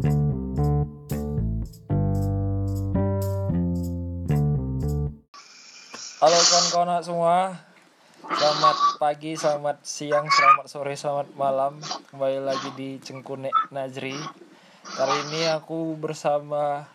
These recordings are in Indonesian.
Halo kawan-kawan semua, selamat pagi, selamat siang, selamat sore, selamat malam. Kembali lagi di Cengkunek Najri. Kali ini aku bersama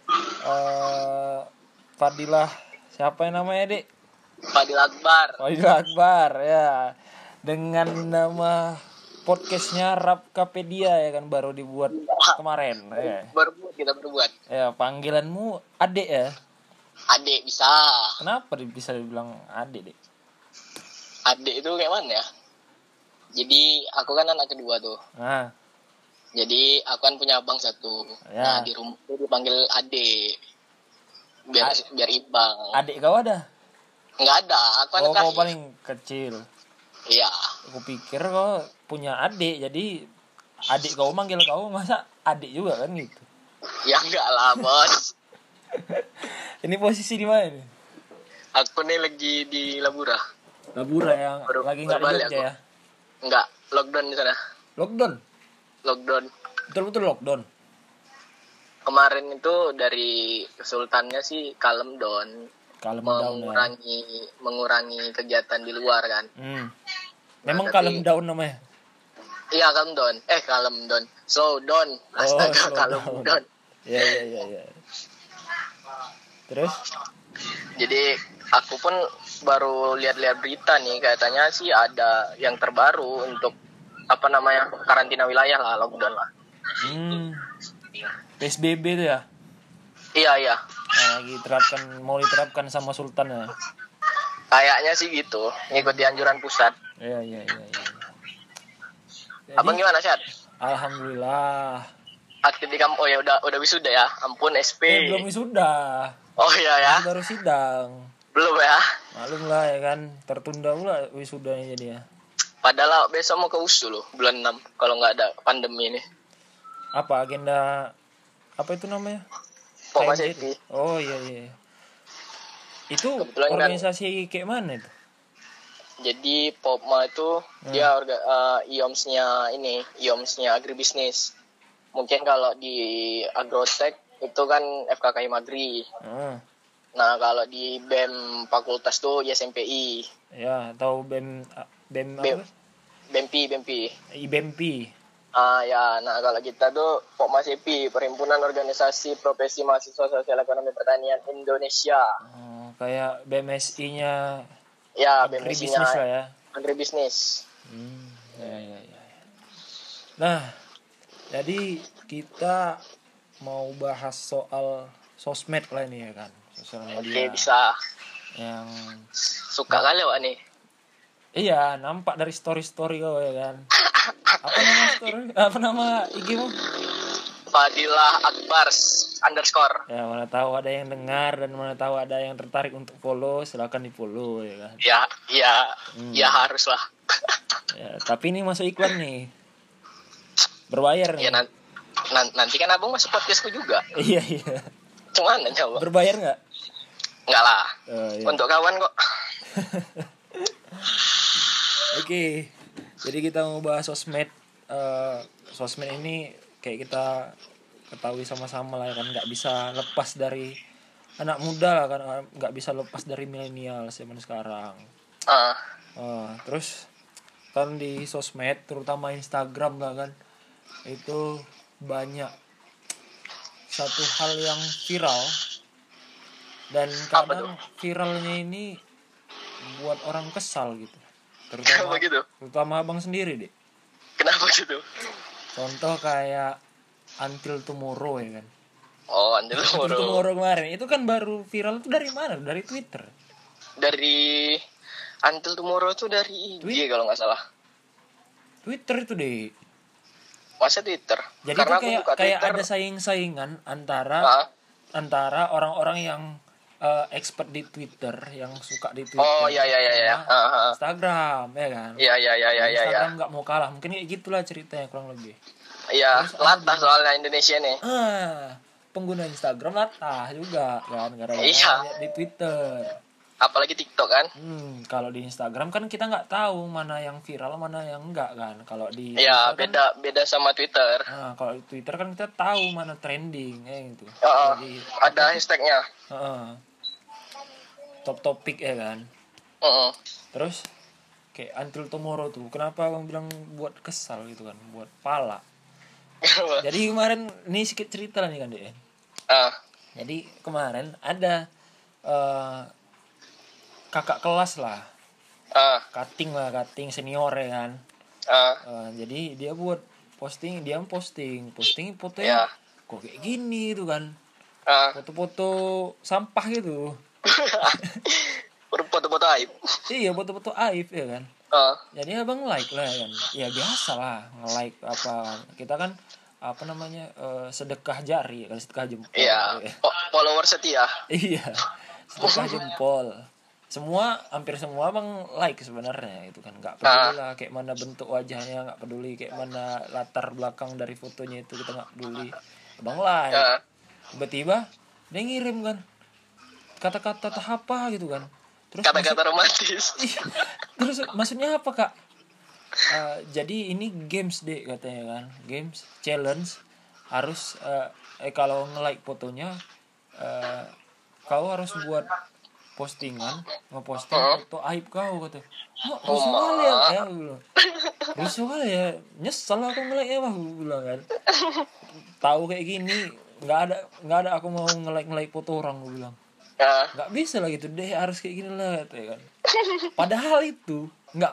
Fadilah. Siapa yang namanya, Dik? Fadilah Akbar ya. Dengan nama podcastnya Rapkapedia ya kan, baru dibuat kemarin ya. Kita berbuat. Ya, panggilanmu Adik ya? Adik bisa. Kenapa bisa dibilang Adik, Dik? Adik itu kayak mana ya? Jadi aku kan anak kedua tuh. Nah, Jadi aku kan punya abang satu. Ya. Nah di rumah itu dipanggil adik. Biar imbang. adik kau ada? Nggak ada. Aku anak Kau terakhir. paling kecil. Iya. Aku pikir kau punya adik, jadi adik kau manggil kau, masa adik juga kan gitu. Ya enggak lah bos. Ini posisi di mana nih? Aku nih lagi di Labura. Labura yang lagi nggak di balik Jogja ya? Enggak. Lockdown di sana. Lockdown? Lockdown. Betul-betul lockdown? Kemarin itu dari Sultannya sih kalem down. Kalem down ya? Mengurangi kegiatan di luar kan. Memang tapi- kalem down namanya? Iya kalem down. Slow down. Astaga slow kalem down. down. Iya. Terus? Jadi aku pun baru lihat-lihat berita nih, katanya sih ada yang terbaru untuk karantina wilayah lah, lockdown lah. PSBB itu ya? Iya. Nah, mau diterapkan sama Sultan ya? Kayaknya sih gitu, ngikuti anjuran pusat. Iya. Abang gimana, Syad? Alhamdulillah. Aktif di kampus? Oh ya udah wisuda ya. Ampun SP. Belum wisuda. Oh iya ya. Baru sidang. Belum ya. Malum lah ya kan, tertunda pula wisudanya jadi ya. Padahal besok mau ke USU loh, bulan 6 kalau nggak ada pandemi ini. Apa agenda apa itu namanya? Pokoknya KMJ. sih. Oh iya. Itu Kebetulan kan- organisasi kayak mana itu? Jadi Popma itu dia IOMS-nya agribisnis. Mungkin kalau di Agrotek itu kan FKKI Magri. Nah, kalau di BEM fakultas tuh ISMPI. Ya, tahu BEM apa? BEMPI. IBEMP. Ya, nah kalau kita tuh Popma CP, Perhimpunan Organisasi Profesi Mahasiswa Sosial Ekonomi Pertanian Indonesia. Kayak BMSI-nya Ya, agribisnis BMSI-nya lah ya. agribisnis. Ya. Nah, jadi kita mau bahas soal sosmed lah ini ya kan, sosial media. Oke, bisa. Yang Suka kali Wak nih. iya, nampak dari story kau ya kan. Apa nama IG-mu? Fadilah Akbar _ Ya, mana tahu ada yang dengar dan mana tahu ada yang tertarik untuk follow, silakan di-follow ya kan. Ya harus lah. Ya, tapi ini masuk iklan nih. Berbayar nih. Ya nanti kan abang masuk podcastku juga. Iya. Cuman coba. Berbayar nggak? Enggak lah. Iya. Untuk kawan kok. Oke. Jadi kita mau bahas sosmed. Sosmed ini kayak kita ketahui sama-sama lah kan, nggak bisa lepas dari anak muda lah kan, nggak bisa lepas dari milenial zaman sekarang. Terus kan di sosmed terutama Instagram lah kan, itu banyak satu hal yang viral dan kadang viralnya ini buat orang kesal gitu, terutama abang sendiri deh. Kenapa gitu? Contoh kayak Until Tomorrow ya kan. Until Tomorrow kemarin itu kan baru viral itu dari mana? Dari Twitter. Dari Until Tomorrow itu dari IG kalau nggak salah. Twitter itu deh. Masa Twitter? Jadi Karena itu kayak ada saingan antara orang-orang yang expert di Twitter, yang suka di Twitter. Iya. Instagram ya kan. Iya. Instagram nggak mau kalah. Mungkin kayak gitulah ceritanya kurang lebih. Iya, latah soalnya Indonesia nih. Pengguna Instagram latah juga kan, gara-gara Iya. di Twitter. Apalagi TikTok kan. Kalau di Instagram kan kita nggak tahu mana yang viral mana yang enggak kan. Kalau di ya Twitter beda sama Twitter. Nah, kalau di Twitter kan kita tahu mana trending gitu. Jadi ada hashtagnya. Top topik ya kan. Terus kayak Until Tomorrow tuh, kenapa abang bilang buat kesal gitu kan, buat pala. Jadi kemarin ini sedikit cerita lah nih kan deh. Jadi kemarin ada kakak kelas lah, cutting senior ya kan. Jadi dia buat posting fotonya kok kayak gini tuh kan, foto-foto sampah gitu. Foto-foto aib. Iya, foto-foto aib ya kan. Jadi abang like lah kan, ya biasa lah nge-like apa, kita kan apa namanya sedekah jari kan, sedekah jempol. Iya. Follower setia. Iya, sedekah jempol. Hampir semua bang like sebenarnya itu kan, nggak peduli lah kayak mana bentuk wajahnya, nggak peduli kayak mana latar belakang dari fotonya itu, kita nggak peduli. Bang like, tiba-tiba dia ngirim kan kata-kata apa gitu kan, terus kata-kata romantis. Terus maksudnya apa kak? Jadi ini games deh katanya kan, games challenge harus kalau nge-like fotonya kau harus buat postingan, ngeposting foto aib kau kata. Rusuh kali ya, rusuh kali ya, nyesel aku nge-like ya bilang kan. Tahu kayak gini nggak ada aku mau nge-like foto orang, gue bilang. Nggak bisa lah gitu deh, harus kayak gini lah katanya kan. Padahal itu nggak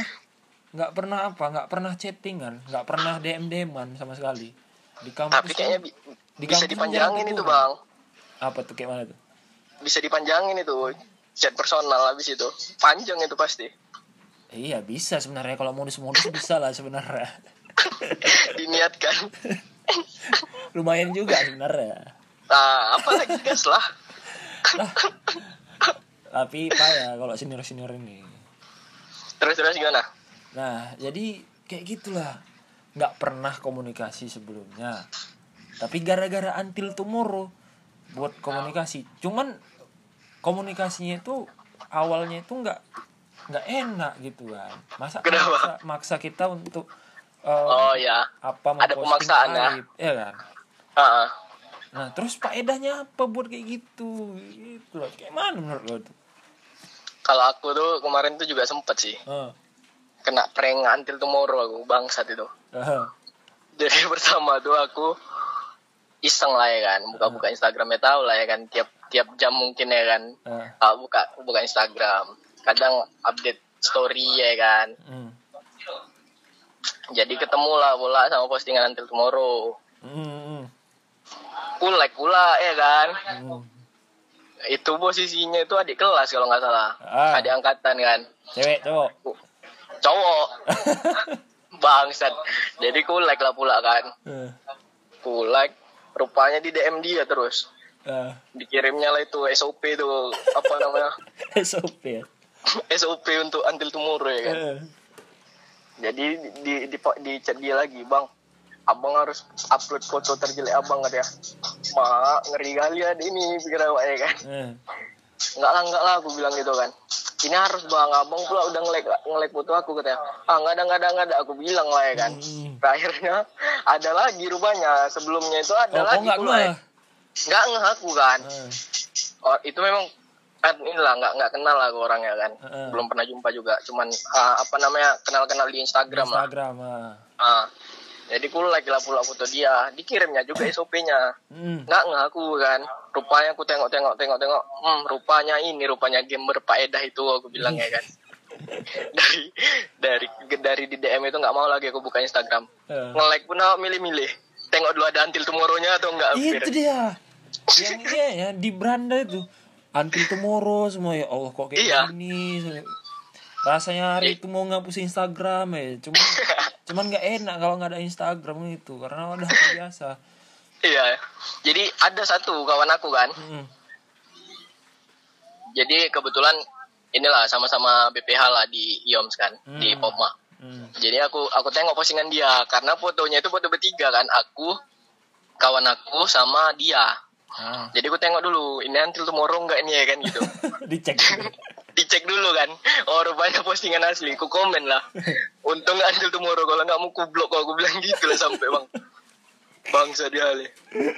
pernah chattingan, nggak pernah DM-an sama sekali di kampus. Tapi kayaknya bisa dipanjangin itu bang. Apa tuh, kayak mana tuh? Bisa dipanjangin itu chat personal, habis itu panjang itu pasti. Iya bisa sebenarnya, kalau modus bisa lah sebenarnya. Diniatkan. Lumayan juga sebenarnya. Apa lagi gas lah. Tapi payah kalau senior ini. Terus gimana? Nah jadi kayak gitulah, nggak pernah komunikasi sebelumnya, tapi gara-gara Until Tomorrow buat komunikasi. Cuman komunikasinya itu awalnya itu nggak enak gitu kan. Maksa kita untuk apa ada pemaksaan ya kan. Nah terus faedahnya apa buat kayak gitu loh, kayak mana menurut lo tuh? Kalau aku tuh kemarin tuh juga sempet sih kena prank Until Tomorrow, aku bangsat itu. Jadi pertama tuh aku iseng lah ya kan, buka Instagramnya, tahu lah ya kan, tiap jam mungkin ya kan. Buka Instagram, kadang update story ya kan. Jadi ketemu lah bola sama postingan Until Tomorrow. Like pula ya kan. Itu posisinya itu adik kelas kalau nggak salah, adik angkatan kan. Cewek cowok. Bangsat. Jadi like lah pula kan. Like rupanya di DM dia terus. Dikirimnya lah itu SOP tuh, apa namanya? SOP ya? SOP untuk Until Tomorrow ya kan. Jadi di chat dia lagi, bang, abang harus upload foto terjelek abang katanya. Ngeri kali ya ini pikir awak ya kan. Enggak lah aku bilang gitu kan. Ini harus bang, abang pula udah nge-like foto aku katanya. Enggak ada aku bilang lah ya kan. Akhirnya ada lagi rupanya, sebelumnya itu ada lagi pula. Enggak ngaku kan. Itu memang inilah enggak kenal lah ke orangnya kan. Belum pernah jumpa juga, cuman kenal di Instagram lah. Jadi aku like lah pula foto dia, dikirimnya juga SOP-nya. Nggak ngaku kan. Rupanya aku tengok. Rupanya game berfaedah itu, aku bilang ya kan. dari di DM itu nggak mau lagi aku buka Instagram. Nge-like pun milih-milih. Tengok dulu ada Until Tomorrow-nya atau enggak. Itu dia. Yang ya di beranda itu. Until Tomorrow semua, ya Allah kok kayak gini. Rasanya hari itu mau ngapus Instagram ya. Cuman nggak enak kalau nggak ada Instagram itu, karena udah biasa. Iya. Jadi ada satu kawan aku kan. Jadi kebetulan inilah sama-sama BPH lah di IOMS kan, di Popma. Jadi aku tengok postingan dia, karena fotonya itu foto bertiga kan, aku, kawan aku sama dia. Jadi aku tengok dulu, ini Until Tomorrow enggak ini ya kan gitu. Dicek. Dicek dulu kan. Oh rupanya postingan asli. Ku komen lah. Untung nggak Until Tomorrow, kalau nggak mau kublok. Kalau aku bilang gitu lah sampai bang. Bangsa dia le.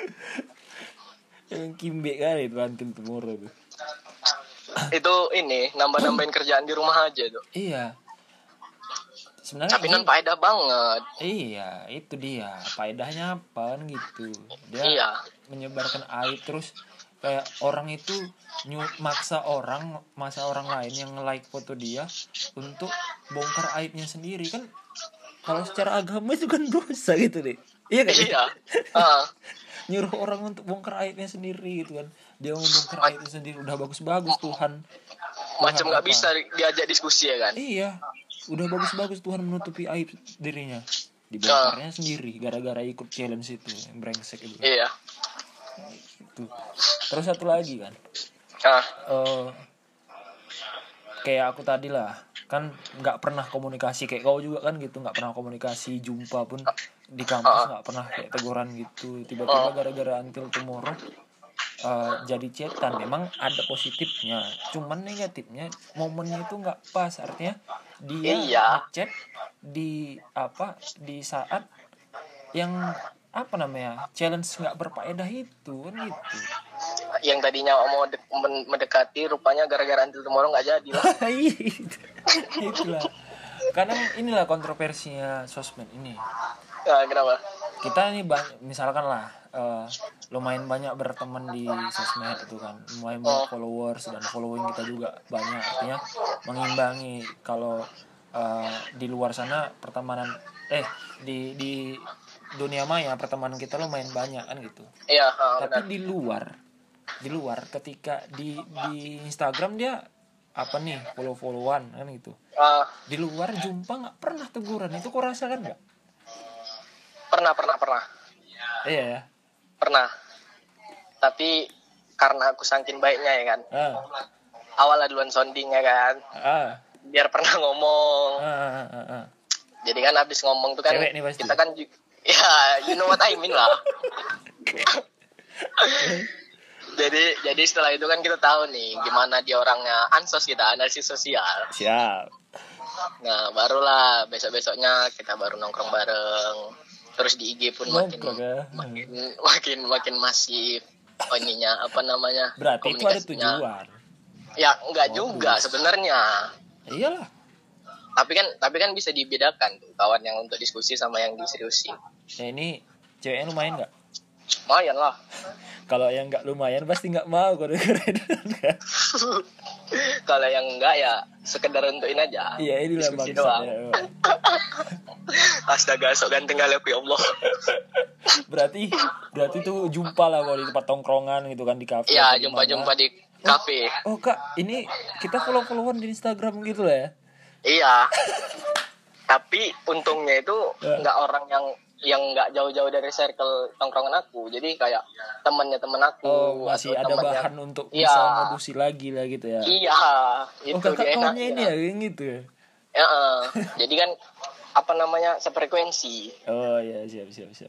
Yang kimbe kali itu Until Tomorrow tuh. Itu ini nambah-nambahin kerjaan di rumah aja tuh. Iya. Sebenarnya Tapi non faedah banget. Iya, itu dia. Faedahnya apa kan gitu. Dia Iya. menyebarkan aib, terus kayak orang itu maksa orang lain yang nge-like foto dia untuk bongkar aibnya sendiri kan. Kalau secara agama itu kan dosa gitu deh. Iya kan? Iya. Nyuruh orang untuk bongkar aibnya sendiri gitu kan. Dia mau bongkar aibnya sendiri udah bagus-bagus Tuhan. Macam nggak bisa diajak diskusi ya kan? Iya. Udah bagus-bagus Tuhan menutupi aib dirinya. Dibongkarnya sendiri gara-gara ikut challenge itu yang brengsek itu. Iya. Itu. Terus satu lagi kan. Kayak aku tadi lah, kan nggak pernah komunikasi kayak kau juga kan gitu, nggak pernah komunikasi, jumpa pun di kampus nggak pernah kayak teguran gitu. Tiba-tiba gara-gara Until Tomorrow jadi chatan. Memang ada positifnya, cuman negatifnya momennya itu nggak pas. Artinya dia ngechat di saat yang challenge nggak berfaedah itu kan gitu. Yang tadinya mau mendekati, rupanya gara-gara Until Tomorrow nggak jadi lah. Itulah. Kadang inilah kontroversinya sosmed ini. Kenapa? Kita nih misalkan lah lumayan banyak berteman di sosmed itu kan, lumayan banyak followers dan following kita juga banyak. Artinya mengimbangi kalau di luar sana pertemanan di dunia maya pertemanan kita lumayan banyak kan gitu. Iya. Tapi di luar ketika di Instagram dia follow-followan kan gitu. Di luar jumpa nggak pernah teguran, itu kau rasakan nggak? Pernah. Iya ya. Pernah. Tapi karena aku saking baiknya ya kan. Awalnya duluan sounding ya kan. Biar pernah ngomong. Jadi kan habis ngomong tuh kan kita kan ya you know what I mean lah. Jadi setelah itu kan kita tahu nih gimana dia orangnya, ansos kita, analisis sosial. Siap. Nah barulah besok-besoknya kita baru nongkrong bareng. Terus di IG pun makin masif. Ininya berarti itu ada tujuan. Ya enggak juga sebenarnya. Iyalah. Tapi kan bisa dibedakan tuh kawan yang untuk diskusi sama yang diseriusin. Ini ceweknya lumayan nggak? Lumayan lah. Kalau yang nggak lumayan pasti nggak mau kok dengerin. Kalau yang enggak ya sekedar untukin aja. Iya inilah bangsa. Astaga, sok ganteng kali aku ya Allah. Berarti tuh jumpa lah kalau di tempat tongkrongan gitu kan, di kafe. Iya, jumpa di kafe. Oh Kak, ini kita follow-followan di Instagram gitu lah ya. Iya. Tapi untungnya itu nggak orang yang nggak jauh-jauh dari circle tongkrongan aku. Jadi kayak temannya teman aku. Masih ada bahan untuk bisa modusi lagi lah gitu ya. Iya. Itu kakak kawannya ini ya yang gitu ya. Jadi kan sefrekuensi. Oh iya, siap.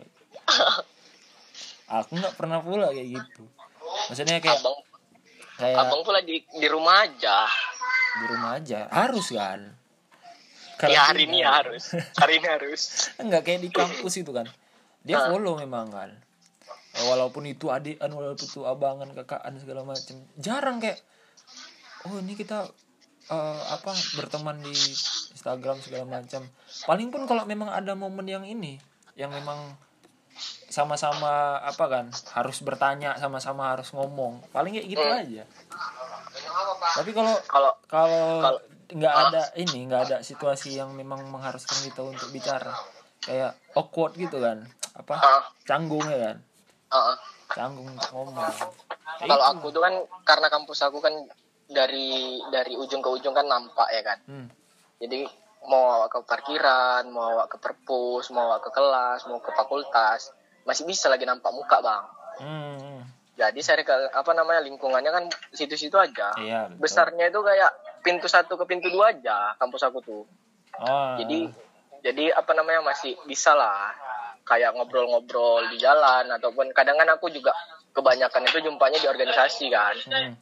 Aku nggak pernah pula kayak gitu. Maksudnya kayak abang pula di rumah aja. Di rumah aja harus kan. Ya hari ini harus. Enggak kayak di kampus itu kan. Dia follow memang kan. Walaupun itu adikan, walaupun itu abangan, kakaan segala macam. Jarang kayak ini kita berteman di Instagram segala macam. Paling pun kalau memang ada momen yang memang sama-sama harus bertanya, sama-sama harus ngomong. Paling kayak gitu aja. Tapi kalau nggak ada situasi yang memang mengharuskan kita untuk bicara, kayak awkward gitu kan, canggung ya kan, canggung untuk ngomong. Kalau aku tuh kan karena kampus aku kan dari ujung ke ujung kan nampak ya kan. Jadi mau ke parkiran, mau ke perpus, mau ke kelas, mau ke fakultas, masih bisa lagi nampak muka bang. Jadi lingkungannya kan situ-situ aja. Iya, besarnya itu kayak pintu 1 ke pintu 2 aja kampus aku tuh. Jadi masih bisa lah kayak ngobrol-ngobrol di jalan, ataupun kadang kan aku juga kebanyakan itu jumpanya di organisasi kan.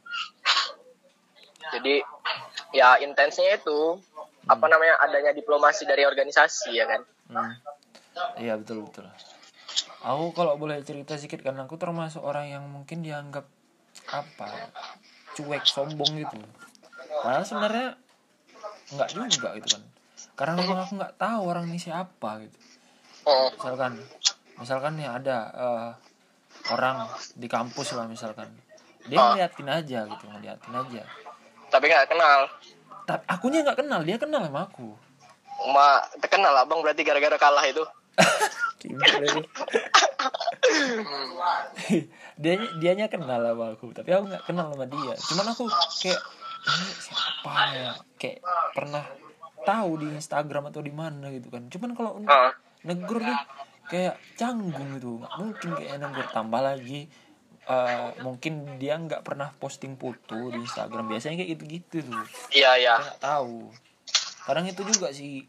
Jadi ya intensnya itu adanya diplomasi dari organisasi ya kan. Iya betul. Aku kalau boleh cerita sedikit kan, aku termasuk orang yang mungkin dianggap cuek, sombong gitu. Padahal sebenarnya enggak juga gitu kan. Karena memang aku enggak tahu orang ini siapa gitu. Misalkan nih ada orang di kampus lah misalkan. Dia ngeliatin aja. Tapi nggak kenal. Tapi akunya nggak kenal, dia kenal sama aku. Terkenal abang berarti gara-gara kalah itu. Dianya kenal sama aku, tapi aku nggak kenal sama dia. Cuman aku kayak ini siapa ya? Kayak pernah tahu di Instagram atau di mana gitu kan. Cuman kalau untuk negur tuh kayak canggung gitu, nggak mungkin kayak negur. Tambah lagi mungkin dia nggak pernah posting foto di Instagram, biasanya kayak gitu tuh. Iya. Nggak tahu. Kadang itu juga sih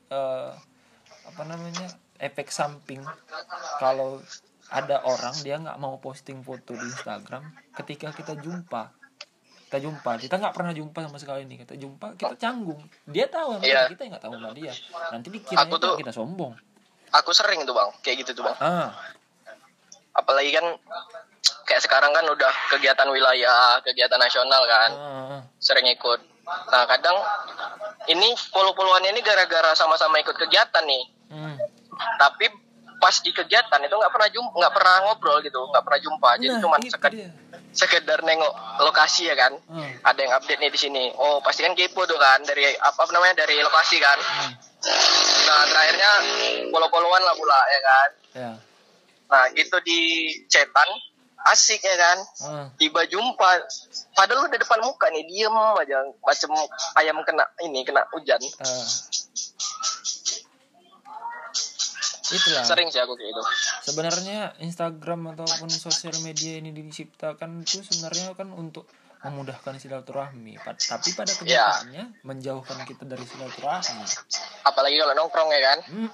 efek samping kalau ada orang dia nggak mau posting foto di Instagram ketika kita jumpa kita nggak pernah jumpa sama sekali nih, kita canggung. Dia tahu sama kita nggak tahu sama dia, nanti dikiranya kita sombong. Aku sering tuh bang kayak gitu tuh bang. Apalagi kan kayak sekarang kan udah kegiatan wilayah, kegiatan nasional kan, sering ikut. Nah kadang ini follow-followannya ini gara-gara sama-sama ikut kegiatan nih. Tapi pas di kegiatan itu nggak pernah ngobrol gitu, nggak pernah jumpa. Jadi cuma sekedar nengok lokasi ya kan. Ada yang update nih di sini. Oh pasti kan kepo tuh kan dari dari lokasi kan. Nah terakhirnya follow-followan lah pula ya kan. Nah gitu di chatan asik ya kan. Tiba jumpa padahal udah depan muka nih, diem aja macam ayam kena hujan. Itulah. Sering sih aku kayak itu. Sebenarnya Instagram ataupun sosial media ini diciptakan itu sebenarnya kan untuk memudahkan silaturahmi, tapi pada kenyataannya menjauhkan kita dari silaturahmi. Apalagi kalau nongkrong ya kan.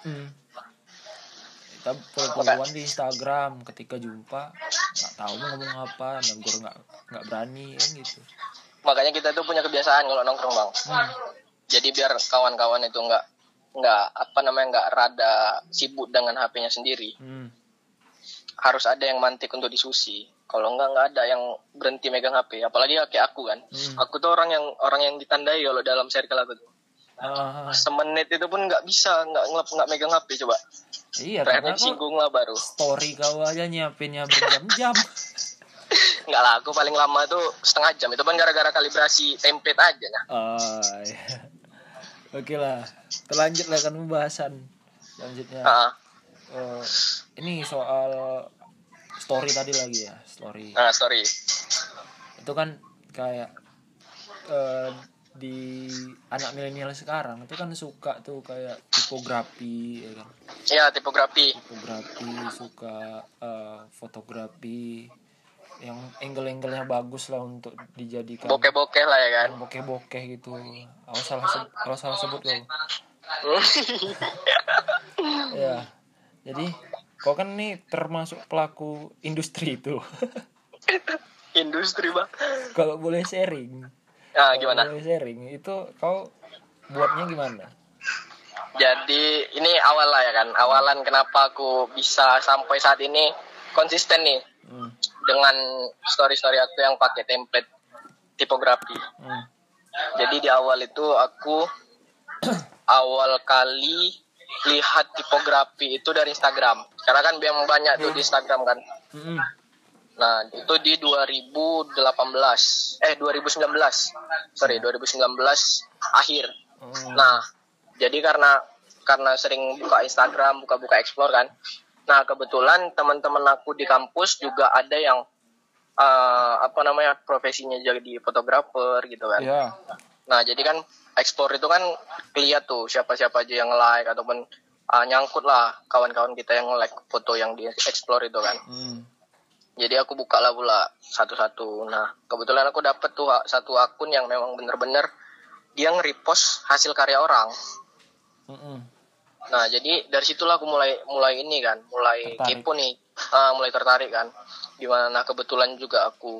Kita follow-followan di Instagram, ketika jumpa nggak tahu mau ngomong apa, negur nggak berani kan gitu. Makanya kita tuh punya kebiasaan kalau nongkrong bang. Jadi biar kawan-kawan itu nggak rada sibuk dengan HP-nya sendiri. Harus ada yang mantik untuk diskusi. Kalau nggak ada yang berhenti megang HP. Apalagi kayak aku kan. Aku tuh orang yang ditandai kalau dalam circle aku tuh. Semenit itu pun nggak bisa nggak megang HP coba. Iya. Terakhirnya disinggung lah baru. Story kau aja nyiapinnya berjam-jam. Enggak lah, aku paling lama tuh setengah jam. Itu kan gara-gara kalibrasi template aja nah. Iya. Oke lah, terlanjutlah kan pembahasan selanjutnya. Ini soal story tadi lagi ya, story. Story. Itu kan kayak di anak milenial sekarang itu kan suka tuh kayak tipografi ya kan. Iya, tipografi suka fotografi yang angle-angle-nya bagus lah untuk dijadikan bokeh-bokeh lah ya kan. Bokeh gitu. Kalau salah sebut kau. Ya. Jadi kau kan nih termasuk pelaku industri itu. Industri bang. Kalau boleh sharing. Gimana? Boleh sharing itu kau buatnya gimana? Jadi ini awal lah ya kan. Awalan kenapa aku bisa sampai saat ini konsisten nih. Dengan story-story aku yang pakai template tipografi. Jadi di awal itu aku awal kali lihat tipografi itu dari Instagram. Karena kan memang banyak tuh di Instagram kan. Nah, itu di 2019 akhir. Nah, jadi karena sering buka Instagram, buka explore kan. Nah, kebetulan teman-teman aku di kampus juga ada yang profesinya jadi fotografer gitu kan. Yeah. Nah, jadi kan explore itu kan lihat tuh siapa-siapa aja yang like ataupun nyangkut lah kawan-kawan kita yang like foto yang di explore itu kan. Jadi aku buka lah pula satu-satu. Nah, kebetulan aku dapet tuh satu akun yang memang bener-bener dia nge-repost hasil karya orang. Nah, jadi dari situlah aku mulai ini kan, mulai Tertarik. kepo nih, mulai tertarik kan. Dimana kebetulan juga aku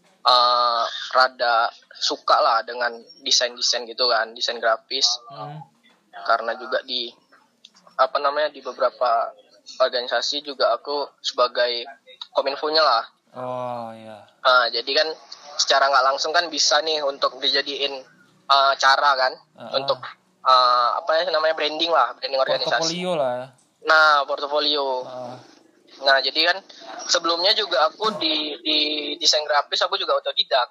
rada suka lah dengan desain-desain gitu kan, desain grafis. Karena juga di di beberapa organisasi juga aku sebagai kominfonya lah. Oh ya. Jadi kan secara nggak langsung kan bisa nih untuk dijadiin cara kan untuk branding lah, branding organisasi. Portofolio lah. Nah, portofolio. Nah, jadi kan sebelumnya juga aku di desain grafis aku juga otodidak.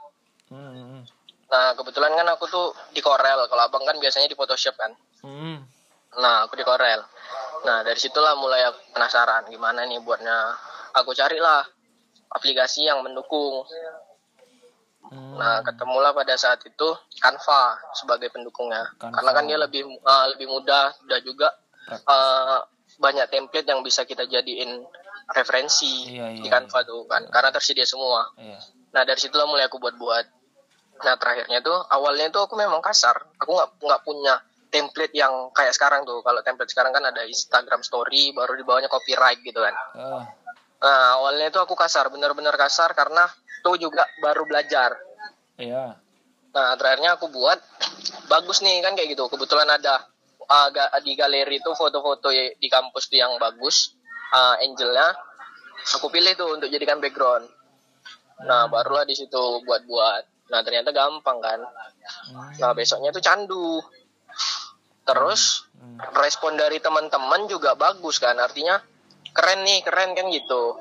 Nah, kebetulan kan aku tuh di Corel. Kalau abang kan biasanya di Photoshop kan. Nah, aku di Corel. Nah, dari situlah mulai aku penasaran gimana nih buatnya. Aku carilah aplikasi yang mendukung. Nah, ketemulah pada saat itu Canva sebagai pendukungnya. Karena kan dia lebih mudah dan juga banyak template yang bisa kita jadiin referensi di Canva tuh kan. Karena tersedia semua. Nah, dari situlah mulai aku buat-buat. Nah, terakhirnya tuh awalnya tuh aku memang kasar. Aku nggak punya template yang kayak sekarang tuh. Kalau template sekarang kan ada Instagram Story, baru di bawahnya copyright gitu kan. Nah, awalnya itu aku kasar, benar-benar kasar karena tuh juga baru belajar. Iya. Nah, terakhirnya aku buat bagus nih kan kayak gitu. Kebetulan ada di galeri itu foto-foto di kampus tuh yang bagus, angelnya. Aku pilih tuh untuk jadikan background. Nah, barulah di situ buat-buat. Nah, ternyata gampang kan. Nah, besoknya tuh candu. Terus respon dari teman-teman juga bagus kan. Artinya keren kan gitu.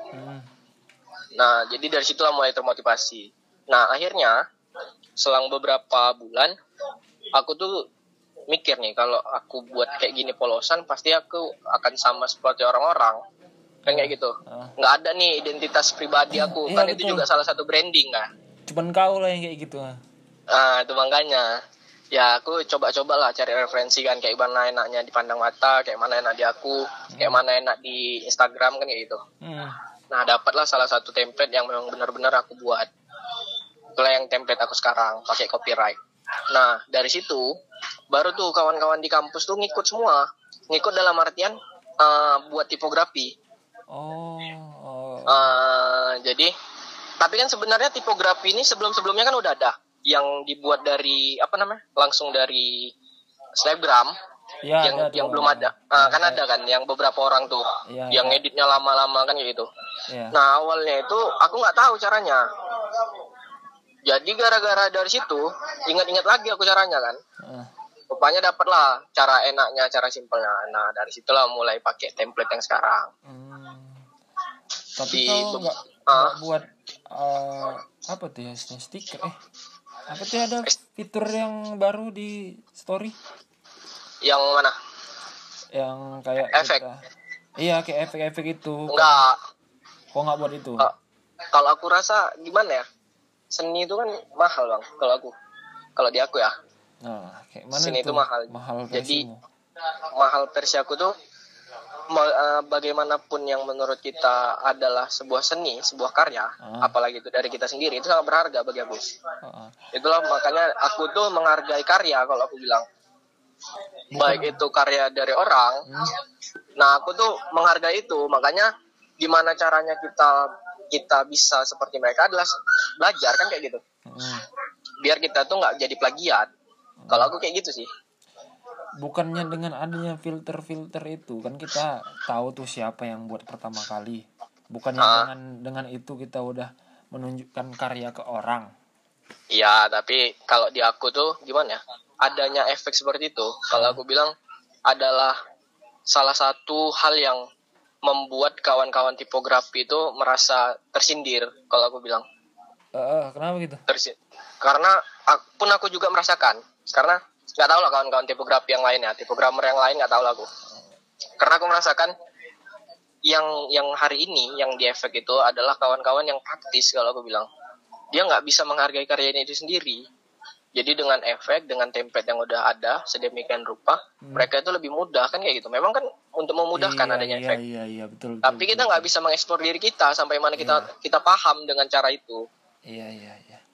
Nah, jadi dari situlah mulai termotivasi. Nah, akhirnya selang beberapa bulan aku tuh mikir nih, kalau aku buat kayak gini polosan pasti aku akan sama seperti orang-orang kan kayak gitu. Nggak ada nih identitas pribadi aku kan. Itu juga salah satu branding kan. Cuman kau lah yang kayak gitu. Nah, itu makanya ya aku coba-coba lah cari referensi kan, kayak mana enaknya dipandang mata, kayak mana enak di aku, kayak mana enak di Instagram kan kayak gitu. Nah, dapatlah salah satu template yang memang benar-benar aku buat. Itulah yang template aku sekarang, pakai copyright. Nah, dari situ baru tuh kawan-kawan di kampus tuh ngikut semua. Ngikut dalam artian buat tipografi. Jadi tapi kan sebenarnya tipografi ini sebelum-sebelumnya kan udah ada yang dibuat dari langsung dari Snapgram ya, yang belum ada. Kan ada kan yang beberapa orang tuh yang editnya lama-lama kan kayak gitu. Nah, awalnya itu aku nggak tahu caranya. Jadi gara-gara dari situ ingat-ingat lagi aku caranya kan. Rupanya dapatlah cara enaknya, cara simpelnya. Nah, dari situlah mulai pakai template yang sekarang. Tapi kau nggak buat apa tuh ya, stiker? Apa tuh ada fitur yang baru di story? Yang mana? Yang kayak efek. Iya, kayak efek-efek itu. Enggak. Kok nggak buat itu? Kalau aku rasa gimana ya? Seni itu kan mahal bang. Kalau di aku ya. Nah, kayak mana seni itu mahal. Jadi mahal versi aku tuh bagaimanapun yang menurut kita adalah sebuah seni, sebuah karya, apalagi itu dari kita sendiri, itu sangat berharga bagi aku. Itulah makanya aku tuh menghargai karya kalau aku bilang. Baik itu karya dari orang. Nah, aku tuh menghargai itu. Makanya gimana caranya kita bisa seperti mereka adalah belajar kan kayak gitu. Biar kita tuh nggak jadi plagiat. Kalau aku kayak gitu sih. Bukannya dengan adanya filter-filter itu kan kita tahu tuh siapa yang buat pertama kali. Bukannya dengan itu kita udah menunjukkan karya ke orang. Iya, tapi kalau di aku tuh gimana ya? Adanya efek seperti itu, kalau aku bilang adalah salah satu hal yang membuat kawan-kawan tipografi itu merasa tersindir, kalau aku bilang. Kenapa gitu? Karena aku juga merasakan. Karena nggak tahu lah kawan-kawan tipografi yang lain ya, tipogramer yang lain nggak tahu lah aku. Karena aku merasakan yang hari ini yang di efek itu adalah kawan-kawan yang praktis, kalau aku bilang. Dia nggak bisa menghargai karyanya itu sendiri. Jadi dengan efek, dengan template yang udah ada sedemikian rupa, mereka itu lebih mudah kan kayak gitu. Memang kan untuk memudahkan adanya efek. Iya, betul. Tapi kita nggak bisa mengeksplor diri kita sampai mana kita paham dengan cara itu. Iya.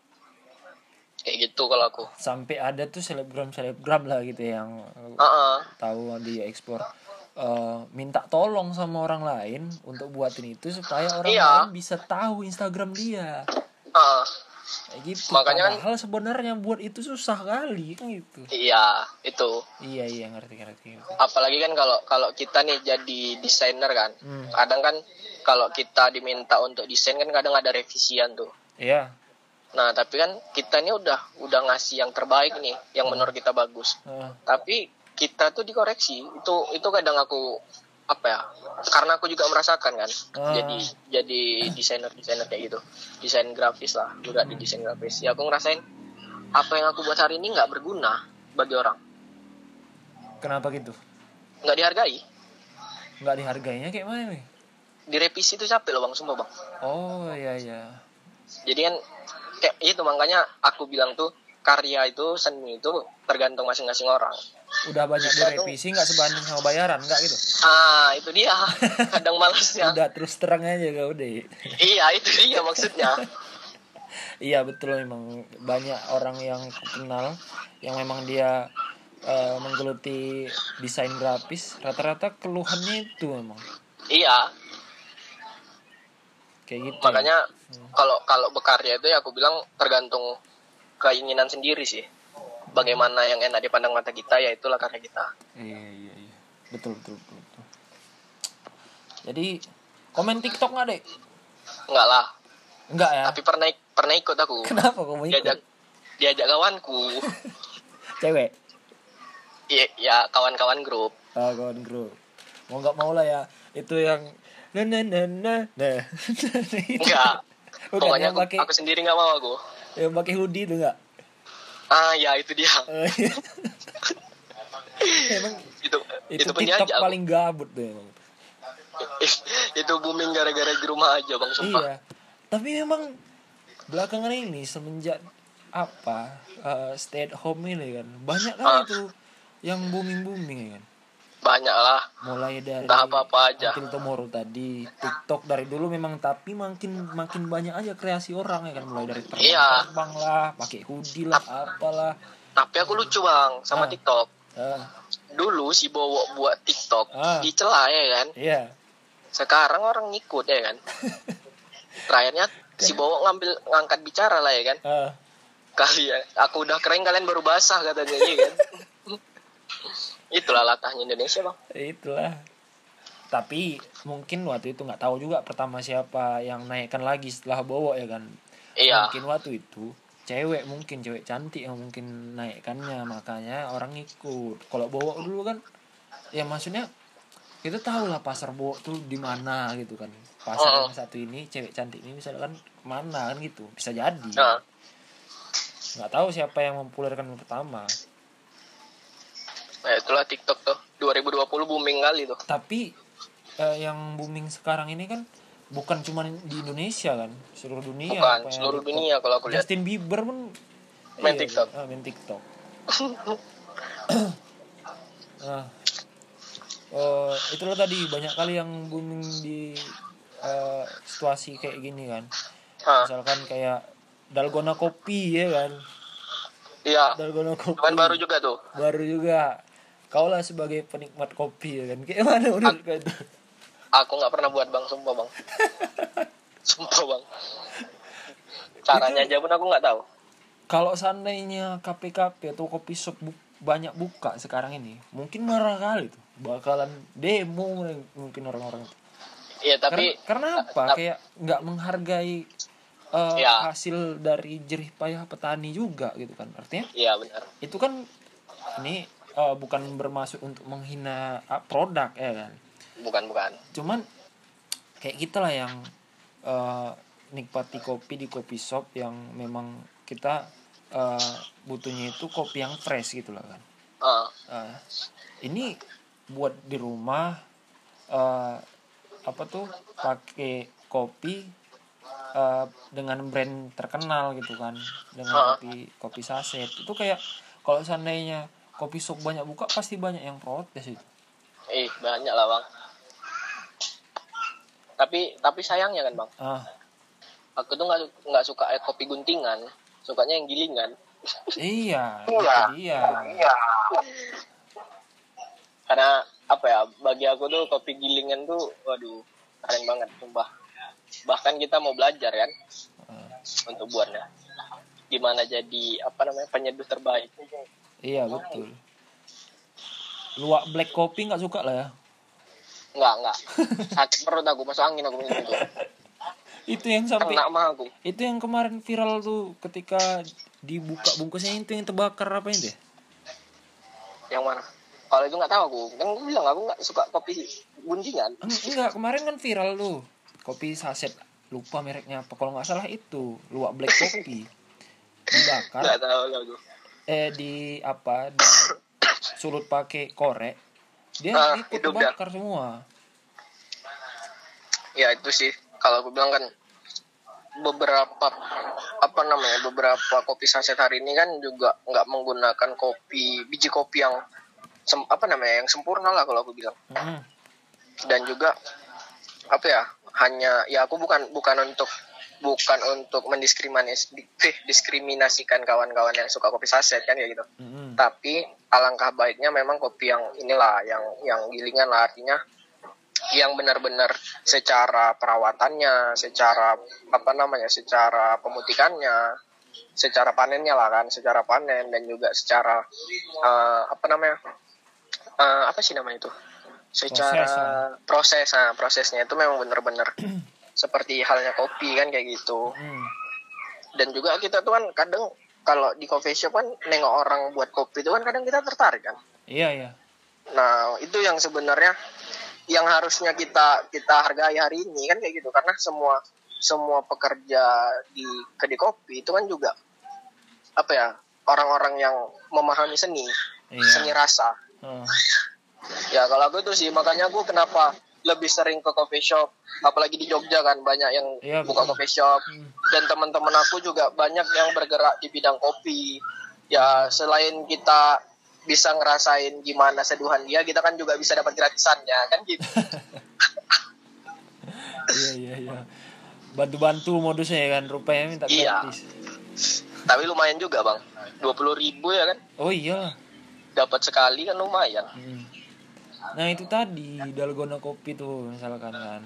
Kayak gitu kalau aku. Sampai ada tuh selebgram lah gitu yang tahu di ekspor. minta tolong sama orang lain untuk buatin itu supaya orang lain bisa tahu Instagram dia. Kayak gitu. Makanya padahal sebenarnya buat itu susah kali kan gitu. Iya, itu. Iya ngerti. Apalagi kan kalau kita nih jadi desainer kan. Kadang kan kalau kita diminta untuk desain kan kadang ada revisian tuh. Iya. Nah, tapi kan kita nih udah ngasih yang terbaik nih, yang menurut kita bagus. Tapi kita tuh dikoreksi. Itu kadang aku karena aku juga merasakan kan. Jadi desainer kayak gitu. Desain grafis lah, juga di desain grafis. Ya aku ngerasain apa yang aku buat hari ini nggak berguna bagi orang. Kenapa gitu? Nggak dihargai. Nggak dihargainya kayak mana nih? Direvisi itu capek loh bang, sumpah bang. Oh iya. Jadi kan kayak itu, makanya aku bilang tuh karya itu, seni itu tergantung masing-masing orang. Udah banyak direvisi nggak sebanding sama bayaran, nggak gitu? Itu dia kadang malasnya. Udah terus terang aja gak udah. Iya, itu dia maksudnya. Iya betul, memang banyak orang yang kenal yang memang dia menggeluti desain grafis, rata-rata keluhannya itu memang. Iya. Kayak gitu. Makanya kalau berkarya itu ya aku bilang tergantung keinginan sendiri sih. Bagaimana yang enak dipandang mata kita, ya itulah karya kita. Iya. Betul. Jadi komen TikTok nggak deh? Enggak lah. Enggak ya? Tapi pernah ikut aku. Kenapa kamu ikut? Diajak kawanku. Cewek? Iya, ya kawan-kawan grup. Kawan grup. Mau nggak mau lah ya. Itu yang nah. Enggak. Pokoknya aku sendiri nggak mau aku. Yang pakai hoodie itu nggak? Ya itu dia. Emang itu TikTok paling gabut tuh emang. Itu booming gara-gara di rumah aja bang, sumpah. Iya. Tapi memang belakangan ini semenjak stay at home ini kan banyak kan itu yang booming ya kan. Banyak lah. Mulai dari apa aja. Until Tomorrow tadi, TikTok dari dulu memang, tapi makin banyak aja kreasi orang ya kan, mulai dari terbang lah, pakai hoodie lah, apalah. Tapi aku lucu bang sama TikTok. Dulu si Bowo buat TikTok dicela ya kan. Iya. Sekarang orang ngikut ya kan. Terakhirnya si Bowo ngangkat bicara lah ya kan. Kalian, aku udah kering kalian baru basah katanya ya kan. Itulah latahnya Indonesia bang. Itulah. Tapi mungkin waktu itu nggak tahu juga pertama siapa yang naikkan lagi setelah Bowo ya kan. Iya. Mungkin waktu itu cewek cantik yang mungkin naikkannya, makanya orang ikut. Kalau Bowo dulu kan ya maksudnya kita tahu lah pasar Bowo tuh di mana gitu kan. Pasar yang satu ini cewek cantik ini misalkan mana kan gitu, bisa jadi. Nggak tahu siapa yang mempopulerkan pertama. Nah itulah TikTok tuh 2020 booming kali tuh. Tapi yang booming sekarang ini kan bukan cuma di Indonesia kan, seluruh dunia. Bukan seluruh dunia kalau aku lihat. Justin Bieber pun main TikTok. Main TikTok. Itulah tadi banyak kali yang booming di situasi kayak gini kan. Misalkan kayak dalgona kopi ya kan. Iya. Dalgona kopi. Kan baru juga tuh. Baru juga. Kaulah sebagai penikmat kopi ya kan. Kayak mana menurut kau itu? Aku nggak pernah buat bang, sumpah bang. Sumpah bang. Caranya aja pun aku nggak tahu. Kalau seandainya kafe-kafe atau kopi shop banyak buka sekarang ini, mungkin marah kali tuh. Bakalan demo mungkin orang-orang itu. Iya tapi karena apa? Kayak nggak menghargai hasil dari jerih payah petani juga gitu kan. Artinya? Iya benar. Itu kan ini bukan bermaksud untuk menghina produk ya kan. Bukan. Cuman kayak kita lah yang nikmati kopi di kopi shop yang memang kita butuhnya itu kopi yang fresh gitu lah kan. Ini buat di rumah pakai kopi dengan brand terkenal gitu kan, dengan kopi saset. Itu kayak kalau seandainya kopi shop banyak buka pasti banyak yang protes itu. Banyak lah bang. Tapi sayangnya kan bang. Aku tuh nggak suka kopi guntingan, sukanya yang gilingan. Iya. Karena apa ya, bagi aku tuh kopi gilingan tuh waduh keren banget sumpah. Bahkan kita mau belajar kan untuk buatnya gimana jadi apa namanya penyeduh terbaik. Iya betul. Luwak black kopi nggak suka lah ya. Enggak sakit perut aku, masuk angin aku minum itu. Itu yang sampai Kena mah aku. itu yang kemarin viral tuh ketika dibuka bungkusnya itu yang terbakar apa itu ya? Yang mana? Kalau itu nggak tahu aku. Kan aku bilang aku nggak suka kopi guntingan. Enggak, kemarin kan viral tuh. Kopi saset, lupa mereknya apa. Kalau nggak salah itu, luwak black kopi. Dibakar. Nggak tahu aku. Di apa? Di sulut pakai korek. Dia ikut terbakar semua. Ya itu sih. Kalau aku bilang kan beberapa kopi saset hari ini kan juga nggak menggunakan biji kopi yang yang sempurna lah kalau aku bilang. Dan juga apa ya, hanya ya aku bukan untuk mendiskriminasikan kawan-kawan yang suka kopi saset kan kayak gitu. Tapi alangkah baiknya memang kopi yang inilah yang gilingan lah, artinya yang benar-benar secara perawatannya, secara secara pemutikannya, secara panennya lah kan, secara panen dan juga secara secara prosesnya itu memang benar-benar seperti halnya kopi kan kayak gitu. Dan juga kita tuh kan kadang kalau di coffee shop kan nengok orang buat kopi itu kan kadang kita tertarik kan. Iya. Nah itu yang sebenarnya yang harusnya kita hargai hari ini kan kayak gitu, karena semua pekerja di kedai kopi itu kan juga orang-orang yang memahami seni rasa. Ya kalau aku itu sih, makanya aku kenapa lebih sering ke coffee shop, apalagi di Jogja kan banyak yang buka coffee shop. Dan teman-teman aku juga banyak yang bergerak di bidang kopi. Ya selain kita bisa ngerasain gimana seduhan dia, kita kan juga bisa dapat gratisannya kan gitu. Iya. Bantu-bantu modusnya ya kan, rupanya minta gratis. Tapi lumayan juga bang, 20.000 ya kan. Oh iya. Dapat sekali kan lumayan. Nah itu tadi dalgona kopi tuh misalkan kan,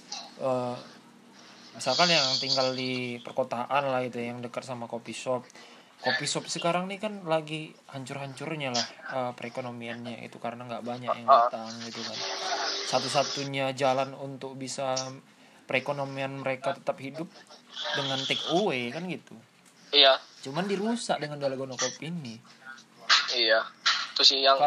misalkan yang tinggal di perkotaan lah itu yang dekat sama kopi shop sekarang nih kan lagi hancur-hancurnya lah perekonomiannya itu, karena nggak banyak yang datang gitu kan. Satu-satunya jalan untuk bisa perekonomian mereka tetap hidup dengan take away kan gitu. Iya. Cuman dirusak dengan dalgona kopi ini. Iya. Itu sih yang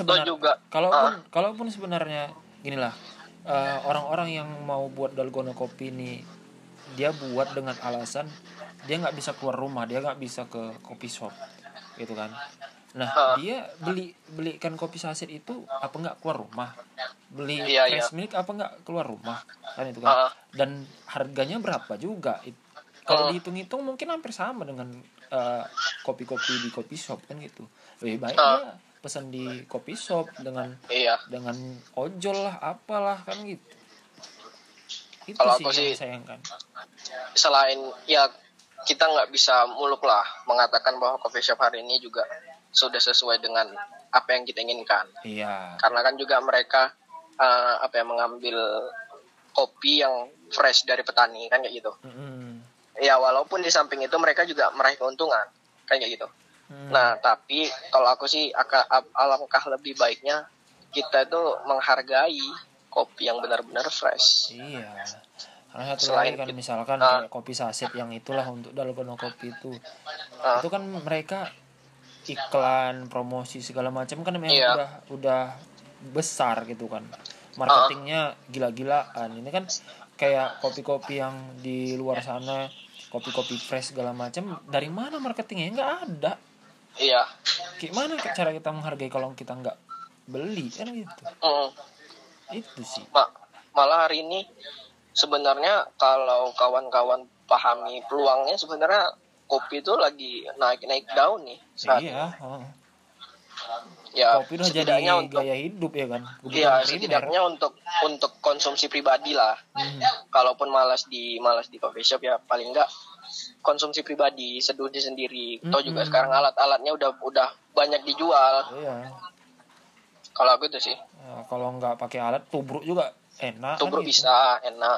kalaupun sebenarnya ginilah, orang-orang yang mau buat dalgona kopi ini dia buat dengan alasan dia nggak bisa keluar rumah, dia nggak bisa ke kopi shop gitu kan. Nah dia belikan kopi saset itu apa nggak keluar rumah, beli fresh milk apa nggak keluar rumah kan itu kan. Dan harganya berapa juga kalau dihitung-hitung mungkin hampir sama dengan kopi-kopi di kopi shop kan gitu. Lebih baik dia pesan di kopi shop dengan ojol lah apalah kan gitu. Itu kalau sih yang sayangkan. Selain ya kita nggak bisa muluk lah mengatakan bahwa coffee shop hari ini juga sudah sesuai dengan apa yang kita inginkan. Iya. Karena kan juga mereka mengambil kopi yang fresh dari petani kan kayak gitu. Ya walaupun di samping itu mereka juga meraih keuntungan kan kayak gitu. Nah tapi kalau aku sih alangkah lebih baiknya kita tuh menghargai kopi yang benar-benar fresh. Iya. Karena satu lagi kan misalkan kayak kopi saset yang itulah untuk dalgona kopi itu kan mereka iklan promosi segala macam kan memang udah besar gitu kan, marketingnya gila-gilaan. Ini kan kayak kopi-kopi yang di luar sana, kopi-kopi fresh segala macam, dari mana marketingnya? Nggak ada. Iya. Gimana cara kita menghargai kalau kita nggak beli kan gitu. Itu sih. Malah hari ini sebenarnya kalau kawan-kawan pahami peluangnya, sebenarnya kopi itu lagi naik daun nih. Iya. Ya, kopi udah jadi gaya hidup ya kan. Iya, setidaknya untuk konsumsi pribadi lah. Kalaupun malas di coffee shop ya paling enggak konsumsi pribadi, seduh sendiri. Toh juga sekarang alat-alatnya udah banyak dijual. Iya. Kalau aku tuh sih. Kalau nggak pakai alat tubruk juga enak. Tubruk kan gitu. bisa enak.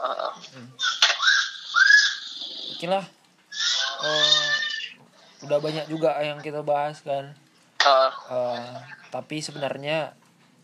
Oke lah. Udah banyak juga yang kita bahas kan. Tapi sebenarnya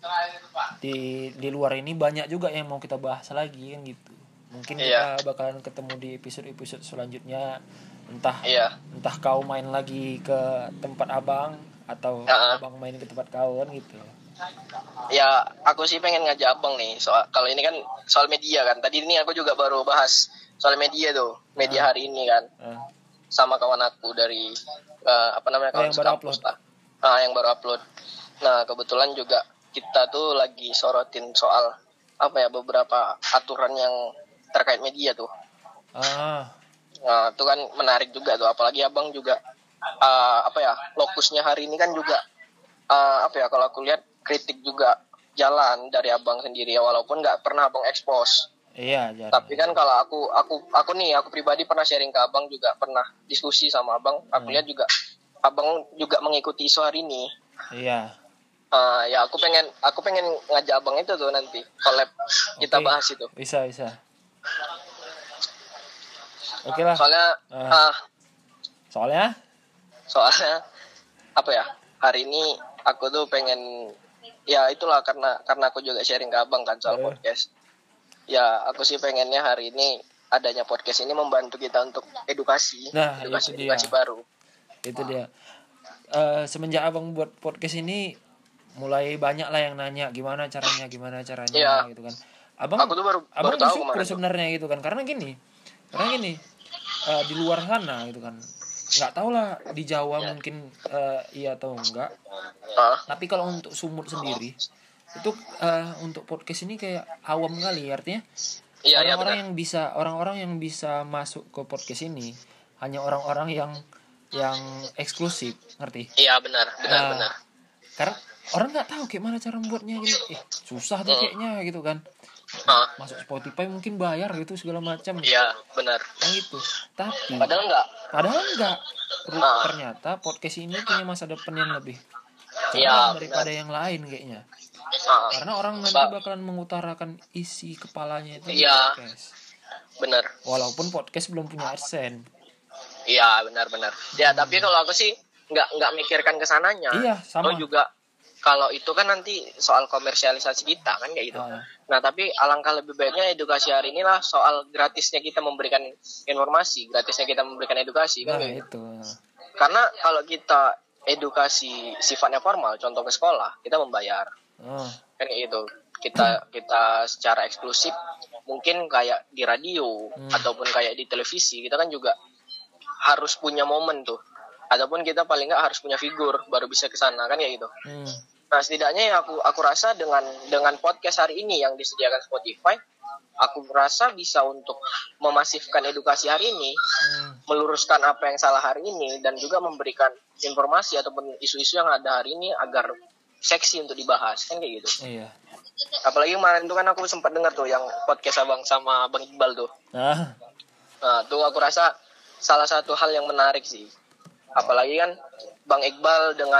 di luar ini banyak juga yang mau kita bahas lagi kan gitu. Mungkin kita bakalan ketemu di episode selanjutnya. Entah kau main lagi ke tempat abang atau abang main ke tempat kau kan gitu. Ya, aku sih pengen ngajak abang nih kalau ini kan soal media kan. Tadi ini aku juga baru bahas soal media tuh, media hari ini kan. Sama kawan aku dari kawan kampus lah. Yang baru upload. Nah, kebetulan juga kita tuh lagi sorotin soal beberapa aturan yang terkait media tuh. Nah, itu kan menarik juga tuh, apalagi abang juga lokusnya hari ini kan juga kalau aku lihat kritik juga jalan dari abang sendiri ya, walaupun nggak pernah abang expose. Iya. Tapi kan kalau aku pribadi pernah sharing ke abang, juga pernah diskusi sama abang. Aku lihat juga abang juga mengikuti isu hari ini. Iya. Ya aku pengen ngajak abang itu tuh nanti collab kita bahas itu. Bisa. Oke lah. Soalnya hari ini aku tuh pengen, ya itulah karena aku juga sharing ke abang kan soal podcast. Ya aku sih pengennya hari ini adanya podcast ini membantu kita untuk edukasi baru. Itu dia. Semenjak abang buat podcast ini mulai banyak lah yang nanya gimana caranya gitu kan. Abang tahu sebenarnya gitu kan, karena gini di luar sana gitu kan, nggak tahu lah di Jawa mungkin iya atau enggak. Tapi kalau untuk Sumut sendiri itu untuk podcast ini kayak awam kali, artinya orang-orang yang bisa masuk ke podcast ini hanya orang-orang yang eksklusif, ngerti? Iya benar. Karena orang nggak tahu kayak mana cara membuatnya gitu. Susah tuh kayaknya gitu kan. Masuk Spotify mungkin bayar gitu segala macam. Iya benar. Yang itu. Tapi padahal enggak. Ternyata podcast ini punya masa depan yang lebih daripada yang lain kayaknya. Karena orang nanti bakalan mengutarakan isi kepalanya itu di podcast. Benar. Walaupun podcast belum punya AdSense. Iya benar. Ya tapi kalau aku sih nggak mikirkan kesananya. Iya sama. Aku juga kalau itu kan nanti soal komersialisasi kita kan kayak gitu. Nah tapi alangkah lebih baiknya edukasi hari ini lah soal gratisnya kita memberikan informasi, gratisnya kita memberikan edukasi kan kayak gitu. Karena kalau kita edukasi sifatnya formal, contoh ke sekolah, kita membayar. Kan kayak gitu. Kita secara eksklusif mungkin kayak di radio ataupun kayak di televisi, kita kan juga harus punya momen tuh. Ataupun kita paling nggak harus punya figur baru bisa ke sana kan kayak gitu. Nah setidaknya aku rasa dengan podcast hari ini yang disediakan Spotify, aku rasa bisa untuk memasifkan edukasi hari ini, meluruskan apa yang salah hari ini, dan juga memberikan informasi ataupun isu-isu yang ada hari ini agar seksi untuk dibahas kan kayak gitu. Iya. Apalagi kemarin tuh kan aku sempat dengar tuh yang podcast abang sama Bang Iqbal tuh. Nah tuh aku rasa salah satu hal yang menarik sih. Apalagi kan Bang Iqbal dengan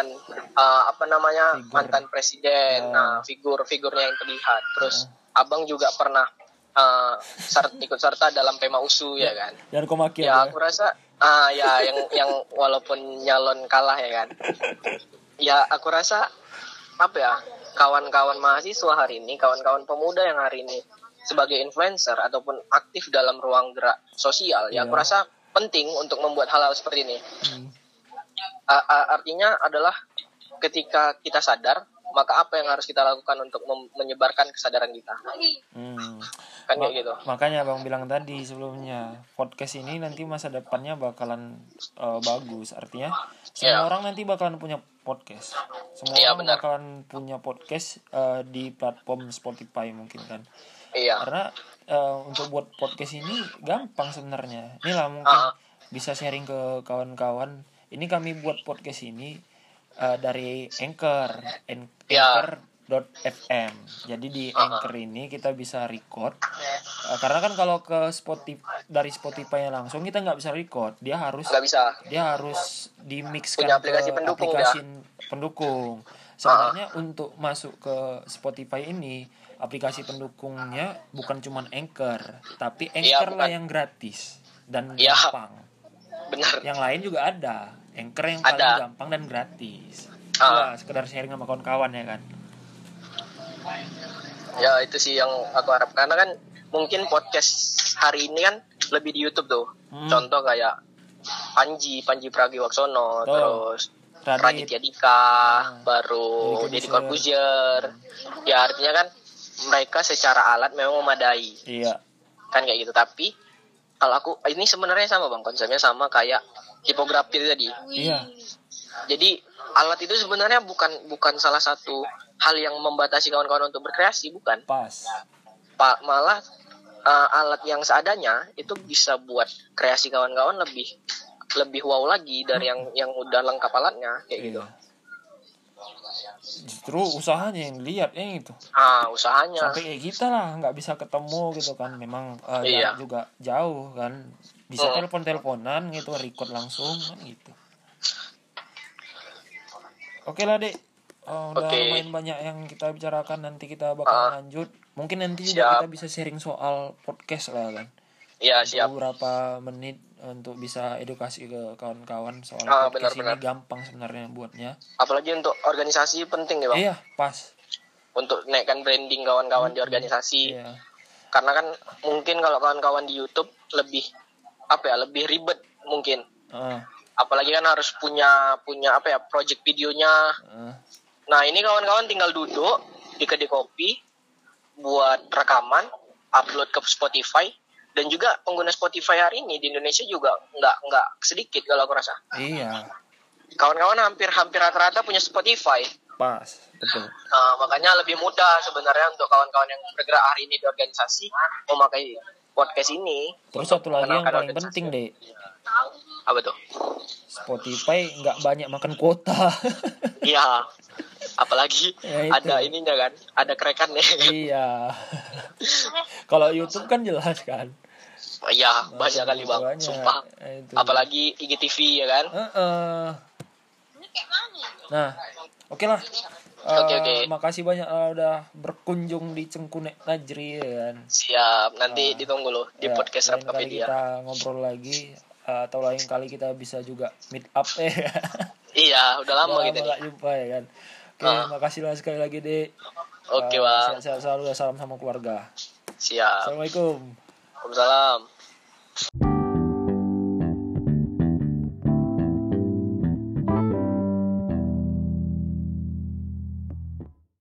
mantan presiden, figurnya yang terlihat. Terus abang juga pernah ikut serta dalam Pema USU ya kan. Dan komaki ya aku rasa yang walaupun nyalon kalah ya kan. Ya aku rasa kawan-kawan mahasiswa hari ini, kawan-kawan pemuda yang hari ini sebagai influencer ataupun aktif dalam ruang gerak sosial, ya aku rasa penting untuk membuat hal-hal seperti ini. Artinya adalah ketika kita sadar, maka apa yang harus kita lakukan untuk menyebarkan kesadaran kita? Kan kayak gitu. Makanya Bang bilang tadi sebelumnya, podcast ini nanti masa depannya bakalan bagus. Artinya semua orang nanti bakalan punya podcast. Semua orang bakalan punya podcast di platform Spotify mungkin kan. Karena untuk buat podcast ini gampang sebenarnya. Inilah mungkin bisa sharing ke kawan-kawan. Ini kami buat podcast ini dari Anchor.fm. Jadi di Anchor ini kita bisa record. Karena kan kalau ke dari Spotify langsung kita nggak bisa record. Dia harus dimixkan ke aplikasi pendukung. sebenarnya untuk masuk ke Spotify ini aplikasi pendukungnya bukan cuman Anchor, tapi Anchor lah yang gratis dan gampang. Benar. Yang lain juga ada. Anchor yang paling gampang dan gratis. Sekedar sharing sama kawan-kawan ya kan. Ya itu sih yang aku harap, karena kan mungkin podcast hari ini kan lebih di YouTube tuh. Contoh kayak Panji Pragiwaksono, terus Raditya Dika, baru Deddy Corbuzier. Ya artinya kan mereka secara alat memang memadai. Iya. Kan kayak gitu. Tapi kalau aku ini sebenarnya sama Bang, konsepnya sama kayak tipografi tadi. Iya. Jadi alat itu sebenarnya bukan salah satu hal yang membatasi kawan-kawan untuk berkreasi, bukan. Malah alat yang seadanya itu bisa buat kreasi kawan-kawan lebih wow lagi dari yang udah lengkap alatnya kayak gitu. Justru usahanya yang lihat itu. Usahanya. Sampai kayak kita lah nggak bisa ketemu gitu kan, memang juga jauh kan. Bisa telepon-teleponan gitu, record langsung kan gitu. Oke lah Dek. Udah lumayan banyak yang kita bicarakan, nanti kita bakal lanjut. Mungkin nanti juga kita bisa sharing soal podcast lah kan. Iya, siap. Beberapa menit untuk bisa edukasi ke kawan-kawan soal podcast ini gampang sebenarnya buatnya. Apalagi untuk organisasi penting ya Bang. Iya, pas. Untuk naikkan branding kawan-kawan di organisasi. Iya. Karena kan mungkin kalau kawan-kawan di YouTube lebih ribet mungkin. Apalagi kan harus punya project videonya. Nah ini kawan-kawan tinggal duduk di kedai kopi buat rekaman, upload ke Spotify, dan juga pengguna Spotify hari ini di Indonesia juga nggak sedikit kalau aku rasa. Iya. Kawan-kawan hampir rata-rata punya Spotify. Pas, betul. Makanya lebih mudah sebenarnya untuk kawan-kawan yang bergerak hari ini di organisasi memakai podcast ini. Terus satu lagi yang paling penting deh. Apa tuh? Spotify nggak banyak makan kuota. Iya. Apalagi ada ininya kan, ada kerekannya. Iya. Kalau YouTube kan jelas kan. Iya, banyak kali Bang, sumpah. Apalagi IGTV ya kan. Nah, oke lah. Oke. Makasih banyak udah berkunjung di Cengkunek Najri ya kan. Siap, nanti ditunggu loh di podcast Rapkapedia. Kita ngobrol lagi, atau lain kali kita bisa juga meet up ya. Iya, udah lama gitu nih. Jumpa ya kan. Oke, makasih lah sekali lagi Dek. Oke Bang. Sehat-sehat selalu, salam sama keluarga. Siap. Assalamualaikum. Waalaikumsalam.